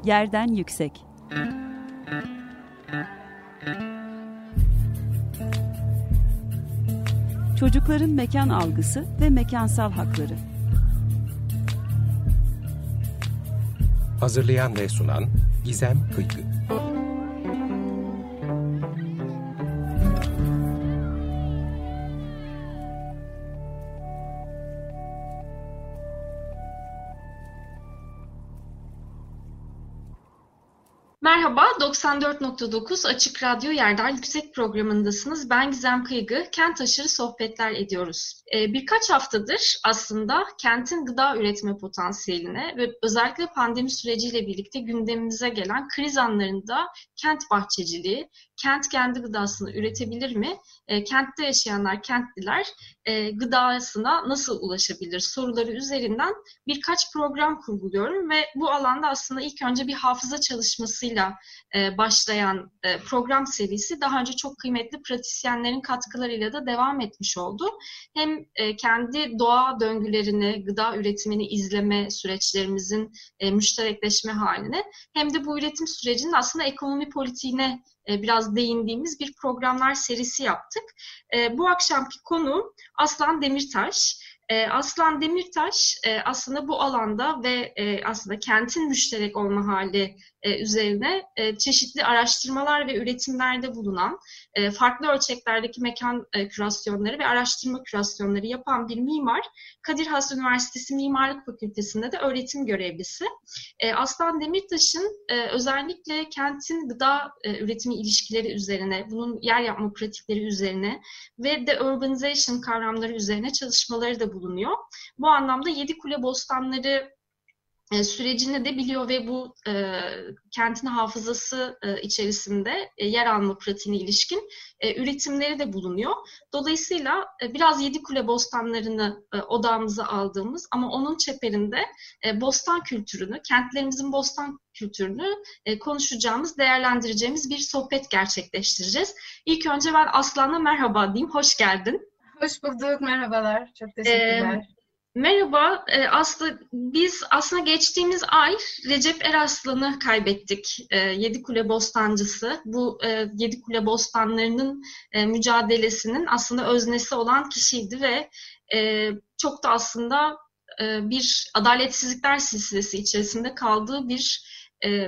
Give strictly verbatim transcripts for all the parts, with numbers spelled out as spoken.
Yerden yüksek. Çocukların mekan algısı ve mekansal hakları. Hazırlayan ve sunan Gizem Kıygı. Merhaba, doksan dört nokta dokuz Açık Radyo Yerden Yüksek programındasınız. Ben Gizem Kıygı, kent aşırı sohbetler ediyoruz. Ee, birkaç haftadır aslında kentin gıda üretme potansiyeline ve özellikle pandemi süreciyle birlikte gündemimize gelen kriz anlarında kent bahçeciliği, kent kendi gıdasını üretebilir mi? E, kentte yaşayanlar, kentliler e, gıdasına nasıl ulaşabilir soruları üzerinden birkaç program kurguluyorum ve bu alanda aslında ilk önce bir hafıza çalışmasıyla e, başlayan e, program serisi daha önce çok kıymetli pratisyenlerin katkılarıyla da devam etmiş oldu. Hem e, kendi doğa döngülerini, gıda üretimini izleme süreçlerimizin e, müşterekleşme haline hem de bu üretim sürecinin aslında ekonomi politiğine biraz değindiğimiz bir programlar serisi yaptık. Bu akşamki konu Aslan Demirtaş. Aslan Demirtaş aslında bu alanda ve aslında kentin müşterek olma hali üzerine çeşitli araştırmalar ve üretimlerde bulunan, farklı ölçeklerdeki mekan kürasyonları ve araştırma kürasyonları yapan bir mimar. Kadir Has Üniversitesi Mimarlık Fakültesi'nde de öğretim görevlisi. Aslan Demirtaş'ın özellikle kentin gıda üretimi ilişkileri üzerine, bunun yer yapma pratikleri üzerine ve de urbanization kavramları üzerine çalışmaları da bulunuyor. Bu anlamda Yedikule Bostanları e, sürecini de biliyor ve bu e, kentin hafızası e, içerisinde e, yer alma pratiğine ilişkin e, üretimleri de bulunuyor. Dolayısıyla e, biraz Yedikule Bostanlarını e, odağımıza aldığımız ama onun çeperinde e, bostan kültürünü, kentlerimizin bostan kültürünü e, konuşacağımız, değerlendireceğimiz bir sohbet gerçekleştireceğiz. İlk önce ben Aslan'a merhaba diyeyim, hoş geldin. Hoş bulduk, merhabalar. Çok teşekkürler. Ee, merhaba, ee, Aslı, biz aslında geçtiğimiz ay Recep Eraslan'ı kaybettik, ee, Yedikule Bostancısı. Bu e, Yedikule Bostanları'nın e, mücadelesinin aslında öznesi olan kişiydi ve e, çok da aslında e, bir adaletsizlikler silsilesi içerisinde kaldığı bir e,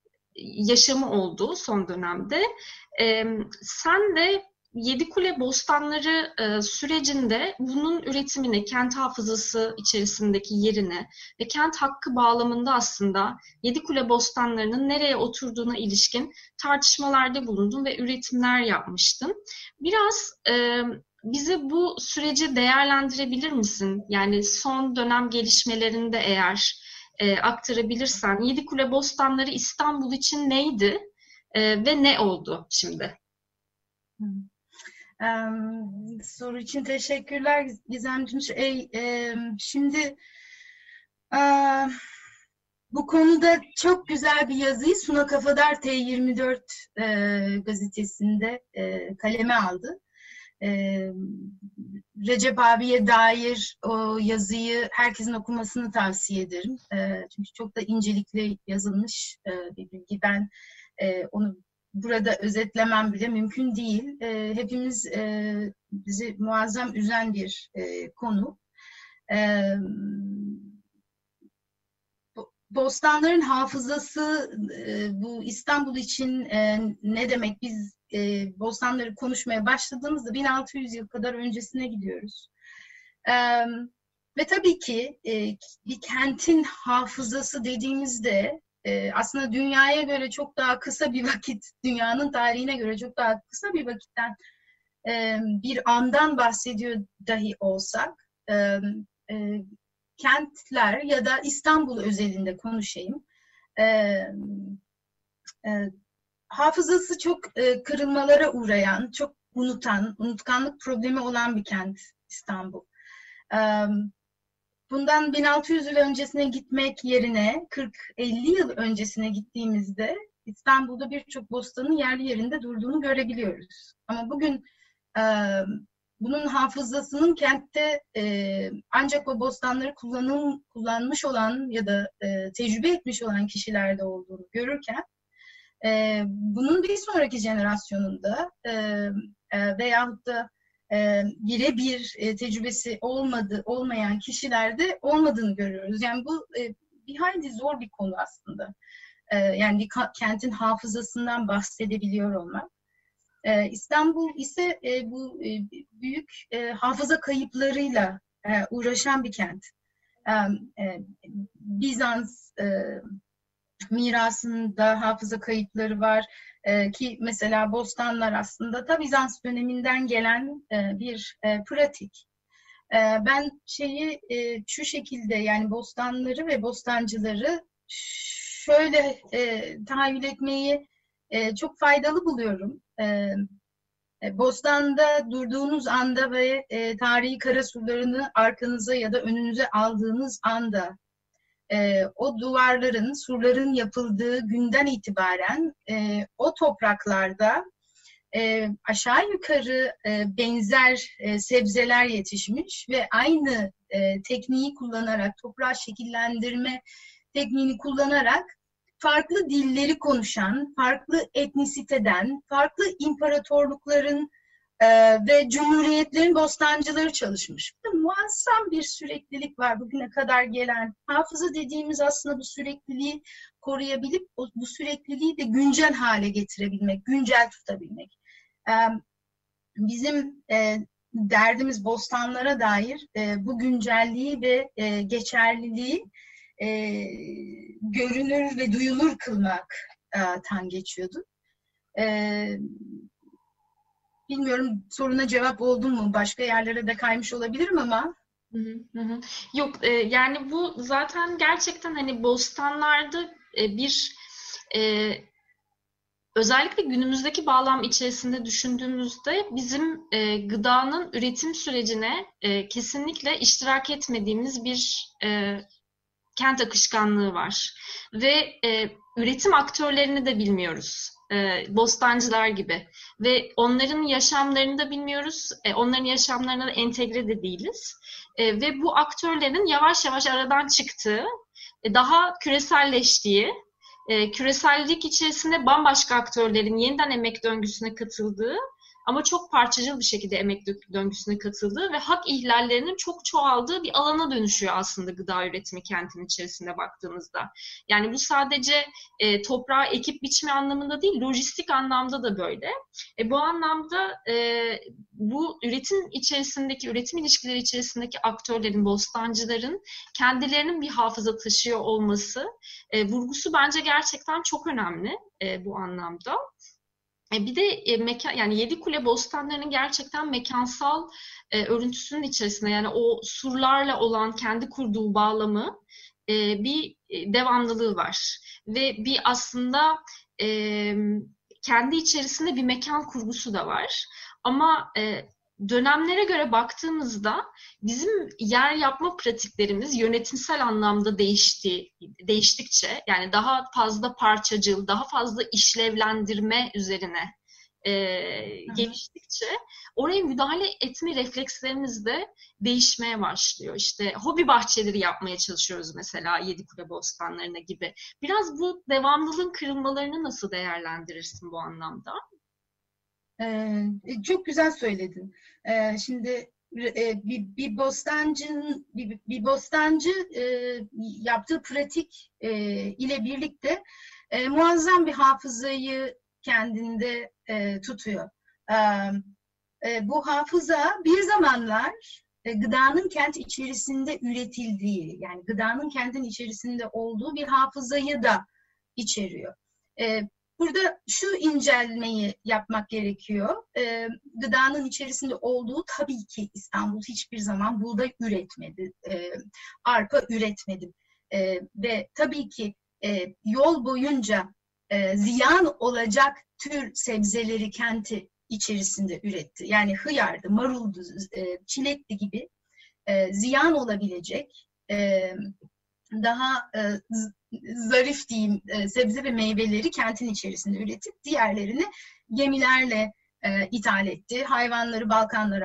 yaşamı oldu son dönemde. E, sen de Yedikule Bostanları e, sürecinde bunun üretimini, kent hafızası içerisindeki yerini ve kent hakkı bağlamında aslında Yedikule Bostanları'nın nereye oturduğuna ilişkin tartışmalarda bulundun ve üretimler yapmıştın. Biraz e, bize bu süreci değerlendirebilir misin? Yani son dönem gelişmelerinde eğer e, aktarabilirsen, Yedikule Bostanları İstanbul için neydi e, ve ne oldu şimdi? Hı. Um, soru için teşekkürler Gizemciğim. Şey, e, şimdi e, bu konuda çok güzel bir yazıyı Suna Kafadar T yirmi dört e, gazetesinde e, kaleme aldı. E, Recep abiye dair o yazıyı herkesin okumasını tavsiye ederim. E, çünkü çok da incelikli yazılmış e, bir bilgi. Ben e, onu burada özetlemem bile mümkün değil. E, hepimiz e, bizi muazzam üzen bir e, konu. E, Bostanların hafızası e, bu İstanbul için e, ne demek? Biz e, bostanları konuşmaya başladığımızda bin altı yüz yıl kadar öncesine gidiyoruz. E, ve tabii ki e, bir kentin hafızası dediğimizde Ee, aslında dünyaya göre çok daha kısa bir vakit, dünyanın tarihine göre çok daha kısa bir vakitten e, bir andan bahsediyor dahi olsak, e, e, kentler ya da İstanbul özelinde konuşayım, e, e, hafızası çok e, kırılmalara uğrayan, çok unutan, unutkanlık problemi olan bir kent İstanbul. E, Bundan bin altı yüz yıl öncesine gitmek yerine kırk elli yıl öncesine gittiğimizde İstanbul'da birçok bostanın yerli yerinde durduğunu görebiliyoruz. Ama bugün e, bunun hafızasının kentte e, ancak o bostanları kullanım, kullanmış olan ya da e, tecrübe etmiş olan kişilerde olduğunu görürken e, bunun bir sonraki jenerasyonunda e, e, veyahut da e, birebir e, tecrübesi olmadı, olmayan kişilerde olmadığını görüyoruz. Yani bu e, bir hayli zor bir konu aslında. E, yani bir kentin hafızasından bahsedebiliyor olmak. Ee, İstanbul ise e, bu e, büyük e, hafıza kayıplarıyla e, uğraşan bir kent. E, e, Bizans e, mirasında hafıza kayıpları var e, ki mesela bostanlar aslında da Bizans döneminden gelen e, bir e, pratik. E, ben şeyi e, şu şekilde, yani bostanları ve bostancıları şöyle e, tahayyül etmeyi e, çok faydalı buluyorum. E, Bostanda durduğunuz anda ve e, tarihi karasurlarını arkanıza ya da önünüze aldığınız anda e, o duvarların, surların yapıldığı günden itibaren e, o topraklarda e, aşağı yukarı e, benzer e, sebzeler yetişmiş ve aynı e, tekniği kullanarak, toprağı şekillendirme tekniğini kullanarak farklı dilleri konuşan, farklı etnisiteden, farklı imparatorlukların e, ve cumhuriyetlerin bostancıları çalışmış. Muazzam bir süreklilik var bugüne kadar gelen. Hafıza dediğimiz aslında bu sürekliliği koruyabilip o, bu sürekliliği de güncel hale getirebilmek, güncel tutabilmek. E, bizim e, derdimiz bostanlara dair e, bu güncelliği ve e, geçerliliği E, görünür ve duyulur kılmaktan geçiyordu. E, bilmiyorum soruna cevap oldu mu? Başka yerlere de kaymış olabilirim ama. Hı hı hı. Yok e, yani bu zaten gerçekten hani bostanlarda e, bir e, özellikle günümüzdeki bağlam içerisinde düşündüğümüzde bizim e, gıdanın üretim sürecine e, kesinlikle iştirak etmediğimiz bir e, kent akışkanlığı var. Ve e, üretim aktörlerini de bilmiyoruz. E, bostancılar gibi. Ve onların yaşamlarını da bilmiyoruz. E, onların yaşamlarına da entegre de değiliz. E, ve bu aktörlerin yavaş yavaş aradan çıktığı, e, daha küreselleştiği, e, küresellik içerisinde bambaşka aktörlerin yeniden emek döngüsüne katıldığı ama çok parçacıl bir şekilde emek döngüsüne katıldığı ve hak ihlallerinin çok çoğaldığı bir alana dönüşüyor aslında gıda üretimi kentin içerisinde baktığımızda. Yani bu sadece e, toprağı ekip biçme anlamında değil, lojistik anlamda da böyle. E, bu anlamda e, bu üretim içerisindeki, üretim ilişkileri içerisindeki aktörlerin, bostancıların kendilerinin bir hafıza taşıyor olması e, vurgusu bence gerçekten çok önemli e, bu anlamda. Bir de e, mekan, yani Yedikule bostanlarının gerçekten mekansal e, örüntüsünün içerisinde, yani o surlarla olan kendi kurduğu bağlamı e, bir e, devamlılığı var. Ve bir aslında e, kendi içerisinde bir mekan kurgusu da var. Ama e, dönemlere göre baktığımızda bizim yer yapma pratiklerimiz yönetimsel anlamda değişti, değiştikçe, yani daha fazla parçacıl, daha fazla işlevlendirme üzerine e, geliştikçe oraya müdahale etme reflekslerimiz de değişmeye başlıyor. İşte hobi bahçeleri yapmaya çalışıyoruz mesela Yedikule bostanlarına gibi. Biraz bu devamlılığın kırılmalarını nasıl değerlendirirsin bu anlamda? Ee, çok güzel söyledin. Ee, şimdi e, bir, bir bostancının bir, bir bostancı e, yaptığı pratik e, ile birlikte e, muazzam bir hafızayı kendinde e, tutuyor. E, e, bu hafıza bir zamanlar e, gıdanın kent içerisinde üretildiği, yani gıdanın kentin içerisinde olduğu bir hafızayı da içeriyor. E, Burada şu incelmeyi yapmak gerekiyor. E, gıdanın içerisinde olduğu, tabii ki İstanbul hiçbir zaman buğday üretmedi, e, arpa üretmedi. E, ve tabii ki e, yol boyunca e, ziyan olacak tür sebzeleri kenti içerisinde üretti. Yani hıyardı, maruldu, e, çilekli gibi e, ziyan olabilecek, e, daha e, zarif diyeyim e, sebze ve meyveleri kentin içerisinde üretip diğerlerini gemilerle e, ithal etti. Hayvanları Balkanlara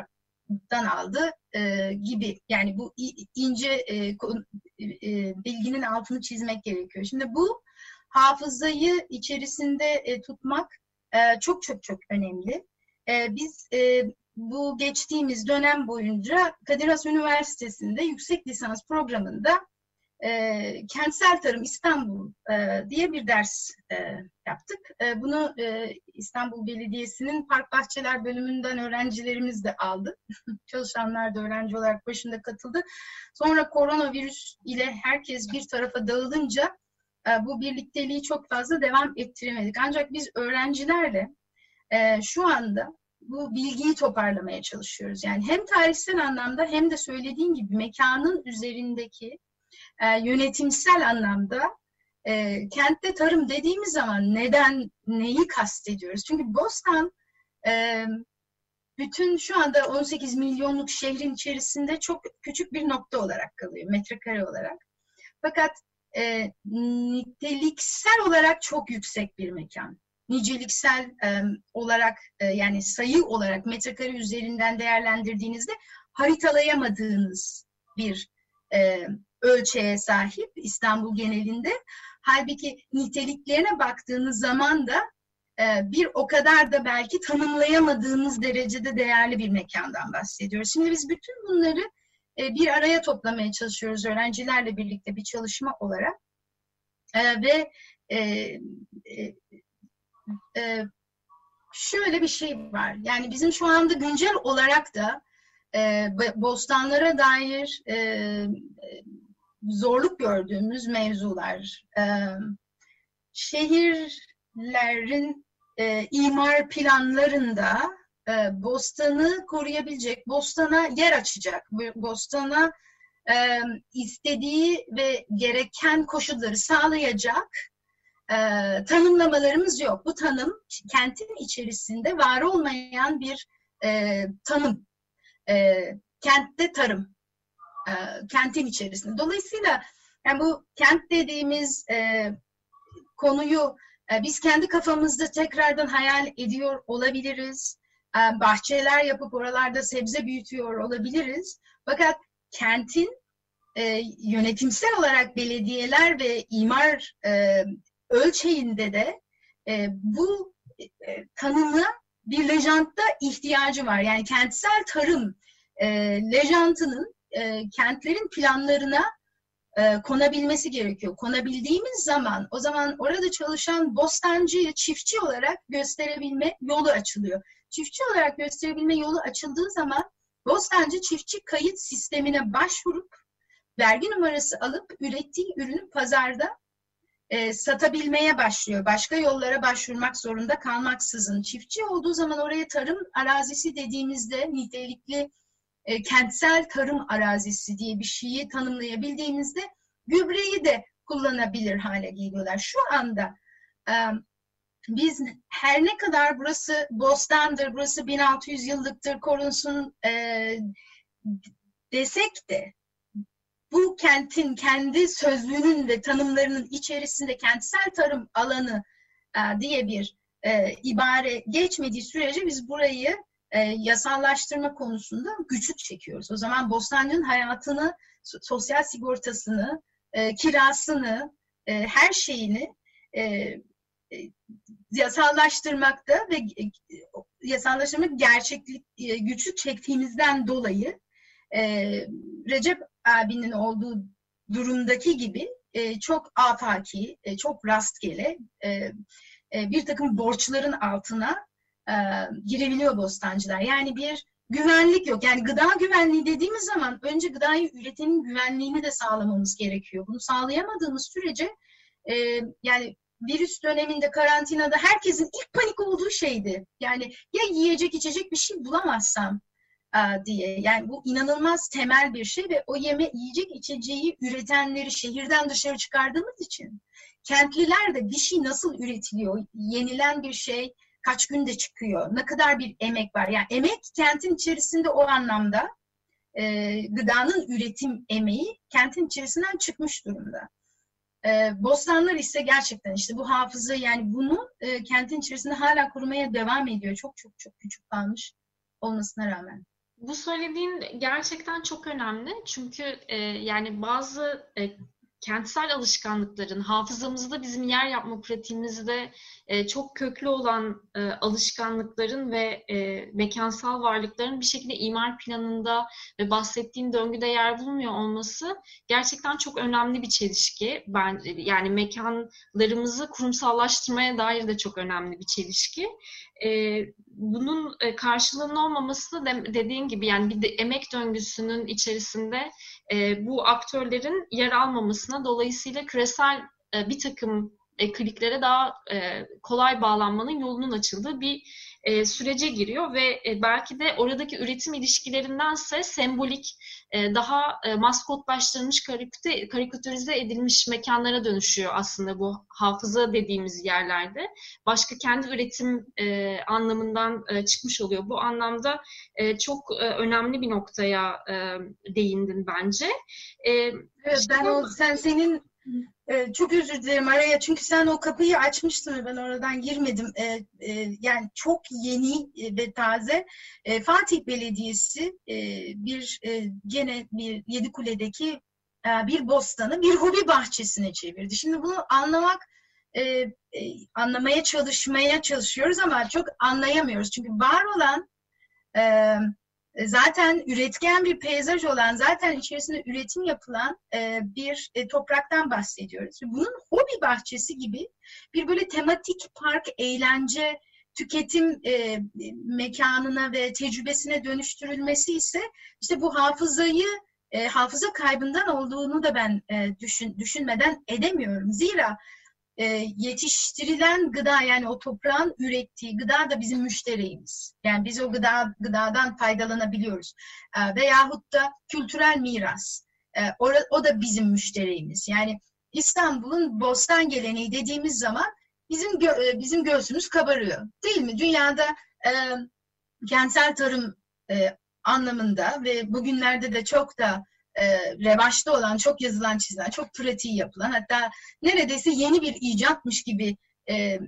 aldı e, gibi. Yani bu ince e, e, bilginin altını çizmek gerekiyor. Şimdi bu hafızayı içerisinde e, tutmak e, çok çok çok önemli. E, biz e, bu geçtiğimiz dönem boyunca Kadir Has Üniversitesi'nde yüksek lisans programında e, Kentsel Tarım İstanbul e, diye bir ders e, yaptık. E, bunu e, İstanbul Belediyesi'nin Park Bahçeler bölümünden öğrencilerimiz de aldı. Çalışanlar da öğrenci olarak başında katıldı. Sonra koronavirüs ile herkes bir tarafa dağılınca e, bu birlikteliği çok fazla devam ettiremedik. Ancak biz öğrencilerle e, şu anda bu bilgiyi toparlamaya çalışıyoruz. Yani hem tarihsel anlamda hem de söylediğim gibi mekanın üzerindeki e, yönetimsel anlamda e, kentte tarım dediğimiz zaman neden, neyi kastediyoruz? Çünkü Bostan e, bütün şu anda on sekiz milyonluk şehrin içerisinde çok küçük bir nokta olarak kalıyor, metrekare olarak. Fakat e, niteliksel olarak çok yüksek bir mekan. Niceliksel e, olarak e, yani sayı olarak metrekare üzerinden değerlendirdiğinizde haritalayamadığınız bir e, ölçeğe sahip İstanbul genelinde. Halbuki niteliklerine baktığınız zaman da e, bir o kadar da belki tanımlayamadığınız derecede değerli bir mekandan bahsediyoruz. Şimdi biz bütün bunları e, bir araya toplamaya çalışıyoruz öğrencilerle birlikte bir çalışma olarak e, ve e, e, e, şöyle bir şey var. Yani bizim şu anda güncel olarak da e, bostanlara dair e, zorluk gördüğümüz mevzular, e, şehirlerin e, imar planlarında e, bostanı koruyabilecek, bostana yer açacak, bostana e, istediği ve gereken koşulları sağlayacak e, tanımlamalarımız yok. Bu tanım kentin içerisinde var olmayan bir e, tanım. E, kentte tarım. E, kentin içerisinde. Dolayısıyla yani bu kent dediğimiz e, konuyu e, biz kendi kafamızda tekrardan hayal ediyor olabiliriz. E, bahçeler yapıp oralarda sebze büyütüyor olabiliriz. Fakat kentin e, yönetimsel olarak belediyeler ve imar e, ölçeğinde de e, bu e, tanımla bir lejantta ihtiyacı var. Yani kentsel tarım e, lejantının e, kentlerin planlarına e, konabilmesi gerekiyor. Konabildiğimiz zaman o zaman orada çalışan bostancıyı çiftçi olarak gösterebilme yolu açılıyor. Çiftçi olarak gösterebilme yolu açıldığı zaman bostancı çiftçi kayıt sistemine başvurup vergi numarası alıp ürettiği ürünü pazarda e, satabilmeye başlıyor. Başka yollara başvurmak zorunda kalmaksızın. Çiftçi olduğu zaman oraya tarım arazisi dediğimizde nitelikli e, kentsel tarım arazisi diye bir şeyi tanımlayabildiğimizde gübreyi de kullanabilir hale geliyorlar. Şu anda e, biz her ne kadar burası bostandır, burası bin altı yüz yıllıktır, korunsun e, desek de bu kentin kendi sözlüğünün ve tanımlarının içerisinde kentsel tarım alanı e, diye bir e, ibare geçmediği sürece biz burayı e, yasallaştırma konusunda güçlük çekiyoruz. O zaman bostancının hayatını, sosyal sigortasını, e, kirasını, e, her şeyini e, e, yasallaştırmakta ve e, yasallaştırmak gerçeklik e, güçlük çektiğimizden dolayı e, Recep abinin olduğu durumdaki gibi e, çok afaki, e, çok rastgele e, e, bir takım borçların altına e, girebiliyor bostancılar. Yani bir güvenlik yok. Yani gıda güvenliği dediğimiz zaman önce gıdayı üretenin güvenliğini de sağlamamız gerekiyor. Bunu sağlayamadığımız sürece e, yani virüs döneminde karantinada herkesin ilk panik olduğu şeydi. Yani ya yiyecek içecek bir şey bulamazsam diye. Yani bu inanılmaz temel bir şey ve o yeme, yiyecek içeceği üretenleri şehirden dışarı çıkardığımız için kentliler de bir şey nasıl üretiliyor, yenilen bir şey kaç günde çıkıyor, ne kadar bir emek var. Yani emek kentin içerisinde o anlamda e, gıdanın üretim emeği kentin içerisinden çıkmış durumda. E, bostanlar ise gerçekten işte bu hafıza yani bunu e, kentin içerisinde hala korumaya devam ediyor. Çok çok çok küçük kalmış olmasına rağmen. Bu söylediğin gerçekten çok önemli. Çünkü e, yani bazı e, kentsel alışkanlıkların hafızamızda bizim yer yapma pratiğimizde e, çok köklü olan e, alışkanlıkların ve e, mekansal varlıkların bir şekilde imar planında ve bahsettiğin döngüde yer bulmuyor olması gerçekten çok önemli bir çelişki. Ben yani mekanlarımızı kurumsallaştırmaya dair de çok önemli bir çelişki. E, bunun e, karşılığının olmaması da de, dediğin gibi yani bir de emek döngüsünün içerisinde e, bu aktörlerin yer almamasına, dolayısıyla küresel e, bir takım e, kliklere daha e, kolay bağlanmanın yolunun açıldığı bir e, sürece giriyor ve e, belki de oradaki üretim ilişkilerindense sembolik, e, daha e, maskotlaştırılmış, karikatü, karikatürize edilmiş mekanlara dönüşüyor aslında bu hafıza dediğimiz yerlerde. Başka kendi üretim e, anlamından e, çıkmış oluyor. Bu anlamda e, çok e, önemli bir noktaya e, değindin bence. E, Evet, ben o sen senin e, çok özür dilerim araya, çünkü sen o kapıyı açmıştın ve ben oradan girmedim. E, e, yani çok yeni ve taze e, Fatih Belediyesi e, bir e, gene bir Yedikule'deki e, bir bostanı bir hobi bahçesine çevirdi. Şimdi bunu anlamak e, e, anlamaya çalışmaya çalışıyoruz ama çok anlayamıyoruz. Çünkü var olan e, zaten üretken bir peyzaj olan, zaten içerisinde üretim yapılan e, bir e, topraktan bahsediyoruz. Bunun hobi bahçesi gibi bir böyle tematik park, eğlence, tüketim e, mekanına ve tecrübesine dönüştürülmesi ise işte bu hafızayı, e, hafıza kaybından olduğunu da ben e, düşün, düşünmeden edemiyorum. Zira E, yetiştirilen gıda, yani o toprağın ürettiği gıda da bizim müşterimiz. Yani biz o gıda gıdadan faydalanabiliyoruz. E, veyahut da kültürel miras. E, o, o da bizim müşterimiz. Yani İstanbul'un bostan geleneği dediğimiz zaman bizim gö, bizim göğsümüz kabarıyor. Değil mi? Dünyada e, kentsel tarım e, anlamında ve bugünlerde de çok da E, revaçta olan, çok yazılan, çizilen, çok pratiği yapılan, hatta neredeyse yeni bir icatmış gibi e, e,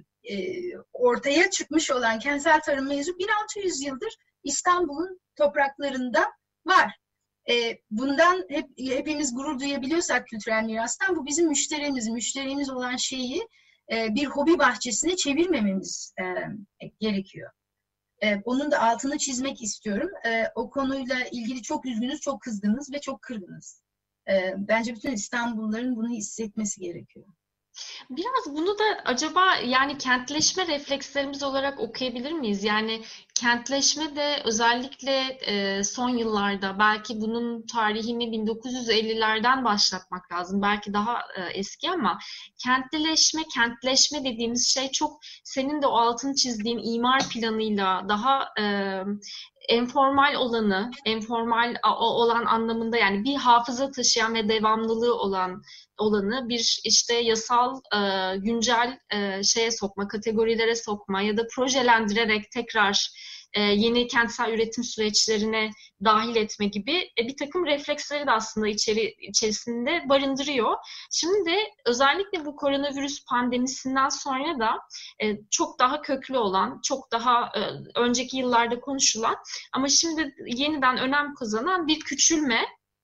ortaya çıkmış olan kentsel tarım mevzu bin altı yüz yıldır İstanbul'un topraklarında var. E, bundan hep hepimiz gurur duyabiliyorsak kültürel mirastan, bu bizim müşterimiz, müşterimiz olan şeyi e, bir hobi bahçesine çevirmememiz e, gerekiyor. Ee, onun da altını çizmek istiyorum. Ee, o konuyla ilgili çok üzgünüz, çok kızdınız ve çok kırdınız. Ee, bence bütün İstanbulluların bunu hissetmesi gerekiyor. Biraz bunu da acaba yani kentleşme reflekslerimiz olarak okuyabilir miyiz? Yani kentleşme de özellikle e, son yıllarda, belki bunun tarihini bin dokuz yüz ellilerden başlatmak lazım. Belki daha e, eski ama kentlileşme, kentleşme dediğimiz şey çok senin de o altını çizdiğin imar planıyla daha e, enformal olanı, enformal olan anlamında, yani bir hafıza taşıyan ve devamlılığı olan olanı bir işte yasal e, güncel e, şeye sokma, kategorilere sokma ya da projelendirerek tekrar e, yeni kentsel üretim süreçlerine dahil etme gibi e, bir takım refleksleri de aslında içeri, içerisinde barındırıyor. Şimdi özellikle bu koronavirüs pandemisinden sonra da e, çok daha köklü olan, çok daha e, önceki yıllarda konuşulan ama şimdi yeniden önem kazanan bir küçülme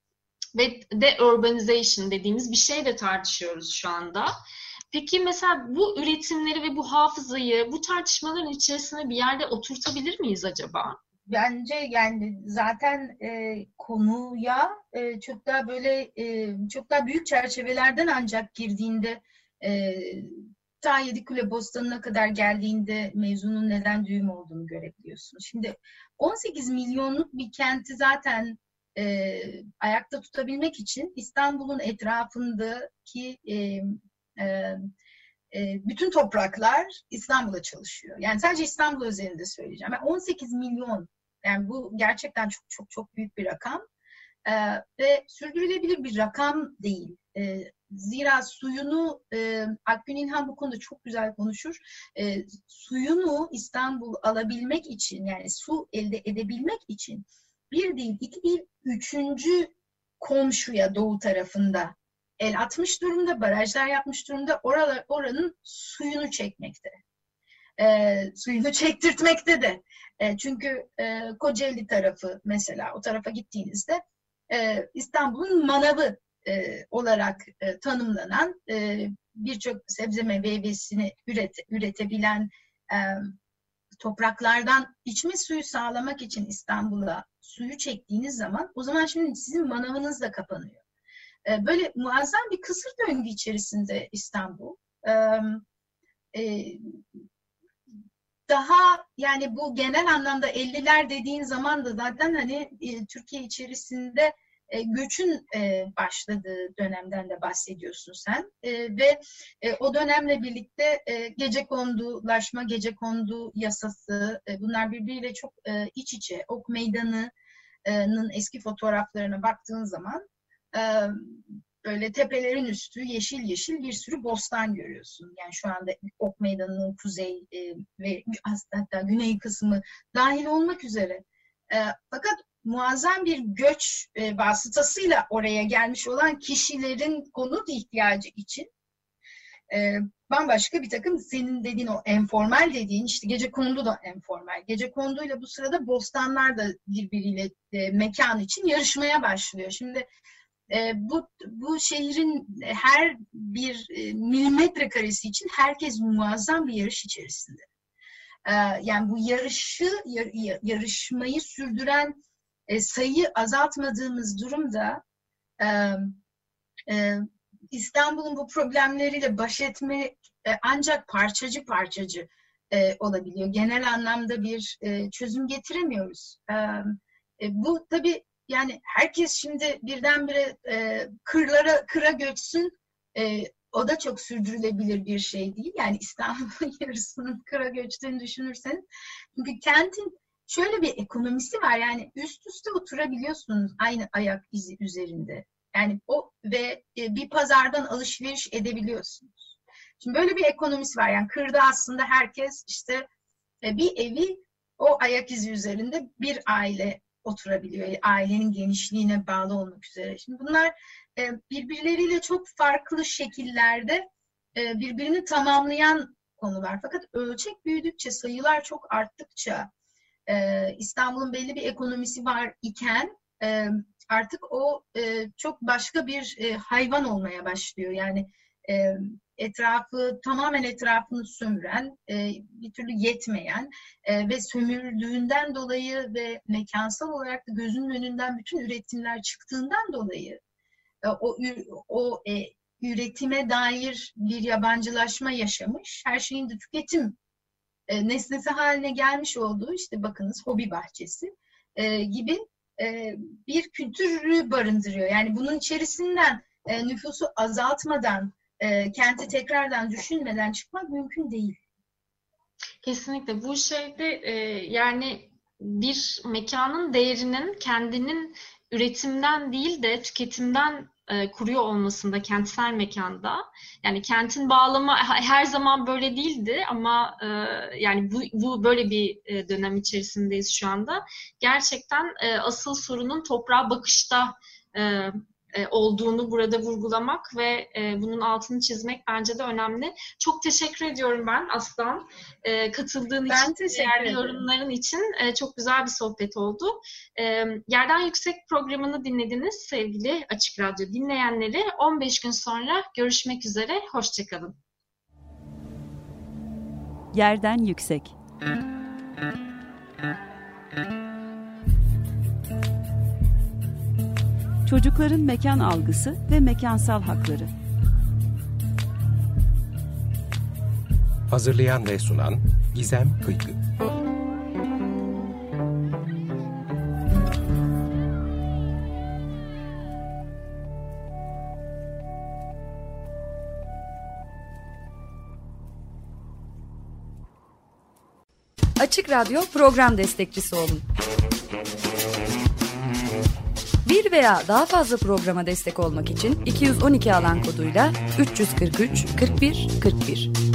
ve de-urbanization dediğimiz bir şey de tartışıyoruz şu anda. Peki mesela bu üretimleri ve bu hafızayı bu tartışmaların içerisine bir yerde oturtabilir miyiz acaba? Bence yani zaten e, konuya e, çok daha böyle e, çok daha büyük çerçevelerden ancak girdiğinde, e, ta Yedikule Bostanı'na kadar geldiğinde mevzunun neden düğüm olduğunu görebiliyorsun. Şimdi on sekiz milyonluk bir kenti zaten e, ayakta tutabilmek için İstanbul'un etrafındaki e, e, e, bütün topraklar İstanbul'a çalışıyor. Yani sadece İstanbul özelinde söyleyeceğim. Yani on sekiz milyon, yani bu gerçekten çok çok çok büyük bir rakam e, ve sürdürülebilir bir rakam değil. E, zira suyunu, e, Akgün İlhan bu konuda çok güzel konuşur. E, suyunu İstanbul alabilmek için, yani su elde edebilmek için bir değil, iki değil, üçüncü komşuya doğu tarafında el atmış durumda, barajlar yapmış durumda, oralar, oranın suyunu çekmekte. e, suyunu çektirtmekte de. E, çünkü e, Kocaeli tarafı mesela, o tarafa gittiğinizde e, İstanbul'un manavı e, olarak e, tanımlanan e, birçok sebze meyvesini ürete, üretebilen e, topraklardan içme suyu sağlamak için İstanbul'a suyu çektiğiniz zaman, o zaman şimdi sizin manavınız da kapanıyor. E, böyle muazzam bir kısır döngü içerisinde İstanbul. E, e, Daha yani bu genel anlamda elliler dediğin zaman da zaten hani e, Türkiye içerisinde e, göçün e, başladığı dönemden de bahsediyorsun sen. E, ve e, o dönemle birlikte e, gecekondulaşma, gecekondu yasası, e, bunlar birbiriyle çok e, iç içe. Ok Meydanı'nın eski fotoğraflarına baktığın zaman e, böyle tepelerin üstü yeşil yeşil bir sürü bostan görüyorsun. Yani şu anda Ok Meydanı'nın kuzey e, ve hatta güney kısmı dahil olmak üzere. E, fakat muazzam bir göç e, vasıtasıyla oraya gelmiş olan kişilerin konut ihtiyacı için e, bambaşka bir takım, senin dediğin o enformal dediğin, işte gecekondu da enformal. Gecekonduyla bu sırada bostanlar da birbiriyle e, mekan için yarışmaya başlıyor. Şimdi E, bu bu şehrin her bir e, milimetre karesi için herkes muazzam bir yarış içerisinde. E, yani bu yarışı yar, yarışmayı sürdüren e, sayıyı azaltmadığımız durumda e, e, İstanbul'un bu problemleriyle baş etme e, ancak parçacı parçacı e, olabiliyor. Genel anlamda bir e, çözüm getiremiyoruz. E, e, bu tabii. Yani herkes şimdi birdenbire e, kırlara, kıra göçsün, e, o da çok sürdürülebilir bir şey değil. Yani İstanbul'un yarısının kıra göçtüğünü düşünürseniz. Çünkü kentin şöyle bir ekonomisi var. Yani üst üste oturabiliyorsunuz aynı ayak izi üzerinde. Yani o ve e, bir pazardan alışveriş edebiliyorsunuz. Şimdi böyle bir ekonomisi var. Yani kırda aslında herkes işte e, bir evi o ayak izi üzerinde bir aile oturabiliyor. Ailenin genişliğine bağlı olmak üzere. Şimdi bunlar e, birbirleriyle çok farklı şekillerde e, birbirini tamamlayan konular. Fakat ölçek büyüdükçe, sayılar çok arttıkça, e, İstanbul'un belli bir ekonomisi var iken e, artık o e, çok başka bir e, hayvan olmaya başlıyor. Yani e, etrafı, tamamen etrafını sömüren, e, bir türlü yetmeyen e, ve sömürüldüğünden dolayı ve mekansal olarak da gözünün önünden bütün üretimler çıktığından dolayı e, o, o e, üretime dair bir yabancılaşma yaşamış, her şeyin de tüketim e, nesnesi haline gelmiş olduğu, işte bakınız hobi bahçesi e, gibi e, bir kültürü barındırıyor. Yani bunun içerisinden e, nüfusu azaltmadan, E, kenti tekrardan düşünmeden çıkmak mümkün değil. Kesinlikle. Bu şeyde e, yani bir mekanın değerinin kendinin üretimden değil de tüketimden e, kuruyor olmasında, kentsel mekanda. Yani kentin bağlamı her zaman böyle değildi ama e, yani bu, bu böyle bir e, dönem içerisindeyiz şu anda. Gerçekten e, asıl sorunun toprağa bakışta e, olduğunu burada vurgulamak ve e, bunun altını çizmek bence de önemli. Çok teşekkür ediyorum ben Aslan. E, katıldığın ben için, değerli yorumların için e, çok güzel bir sohbet oldu. E, Yerden Yüksek programını dinlediniz sevgili Açık Radyo dinleyenleri. on beş gün sonra görüşmek üzere. Hoşçakalın. Yerden Yüksek. Çocukların mekan algısı ve mekansal hakları. Hazırlayan ve sunan Gizem Kıykı. Açık Radyo program destekçisi olun. Bir veya daha fazla programa destek olmak için iki yüz on iki alan koduyla üç yüz kırk üç kırk bir kırk bir